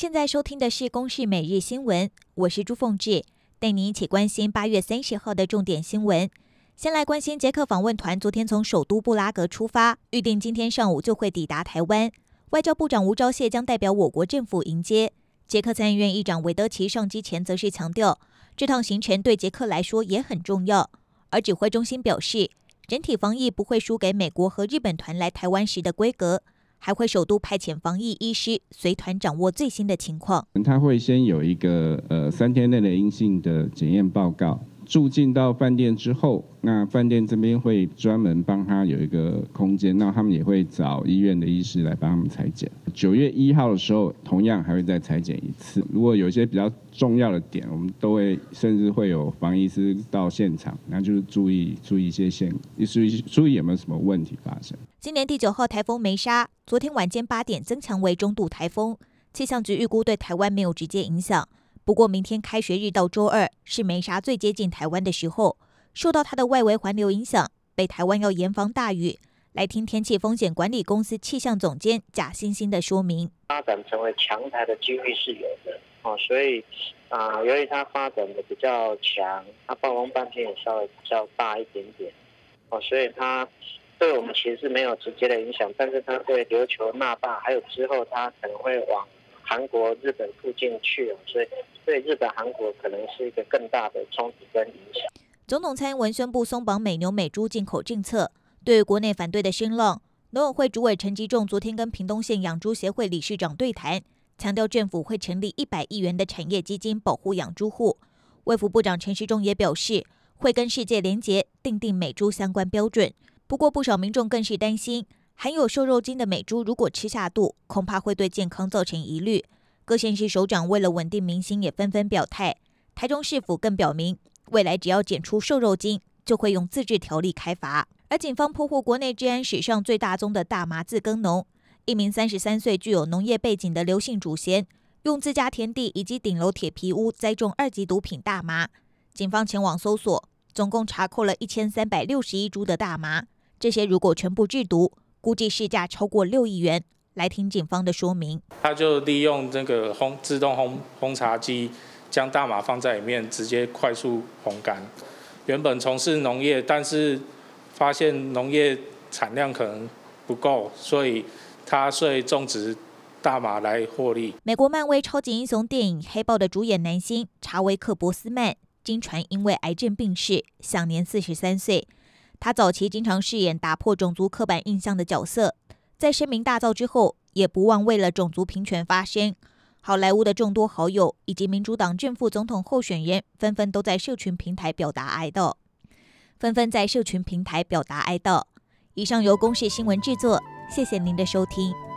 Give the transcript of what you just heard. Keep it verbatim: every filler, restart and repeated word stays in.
现在收听的是《公视每日新闻》，我是朱凤智，带您一起关心八月三十号的重点新闻。先来关心捷克访问团昨天从首都布拉格出发，预定今天上午就会抵达台湾。外交部长吴钊燮将代表我国政府迎接。捷克参议院议长韦德奇上机前则是强调，这趟行程对捷克来说也很重要。而指挥中心表示，整体防疫不会输给美国和日本团来台湾时的规格，还会首度派遣防疫医师随团掌握最新的情况。 他会先有一个呃三天内的阴性的检验报告，住进到饭店之后，那饭店这边会专门帮他有一个空间，那他们也会找医院的医师来帮他们采检。九月一号的时候，同样还会再采检一次。如果有一些比较重要的点，我们都会甚至会有防疫师到现场，那就是注意注意一些线，注意注意有没有什么问题发生。 今年第九号台风梅莎，昨天晚间八点增强为中度台风，气象局预估对台湾没有直接影响。不过明天开学日到周二是梅莎最接近台湾的时候，受到它的外围环流影响，北台湾要严防大雨。来听天气风险管理公司气象总监贾欣欣的说明。 发展成为强台的几率是有的哦，所以啊、呃，由于它发展的比较强，它暴风半径也稍微比较大一点点哦，所以它对我们其实是没有直接的影响，但是它对琉球、那霸还有之后它可能会往韩国、日本附近去哦，所以对日本、韩国可能是一个更大的冲击跟影响。 总统蔡英文宣布松绑美牛美猪进口政策，对于国内反对的声浪，农委会主委陈吉仲昨天跟屏东县养猪协会理事长对谈，强调政府会成立一百亿元的产业基金保护养猪户。卫福部长陈时中也表示，会跟世界连结订定美猪相关标准。不过不少民众更是担心，含有瘦肉精的美猪如果吃下肚，恐怕会对健康造成疑虑。各县市首长为了稳定民心，也纷纷表态。台中市府更表明，未来只要检出瘦肉精，就会用自治条例开罚。而警方破获国内治安史上最大宗的大麻自耕农，一名三十三岁具有农业背景的刘姓主嫌，用自家田地以及顶楼铁皮屋栽种二级毒品大麻。警方前往搜索，总共查扣了一千三百六十一株的大麻，这些如果全部制毒，估计市价超过六亿元。来听警方的说明。 他就利用这个烘自动烘烘茶机，将大麻放在里面，直接快速烘干。原本从事农业，但是发现农业产量可能不够，所以他遂种植大麻来获利。 美国漫威超级英雄电影《黑豹》的主演男星查维克·博斯曼，经传因为癌症病逝，享年四十三岁。他早期经常饰演打破种族刻板印象的角色。在声名大噪之后，也不忘为了种族平权发声。好莱坞的众多好友以及民主党正副总统候选人，纷纷都在社群平台表达哀悼。纷纷在社群平台表达哀悼。以上由公视新闻制作，谢谢您的收听。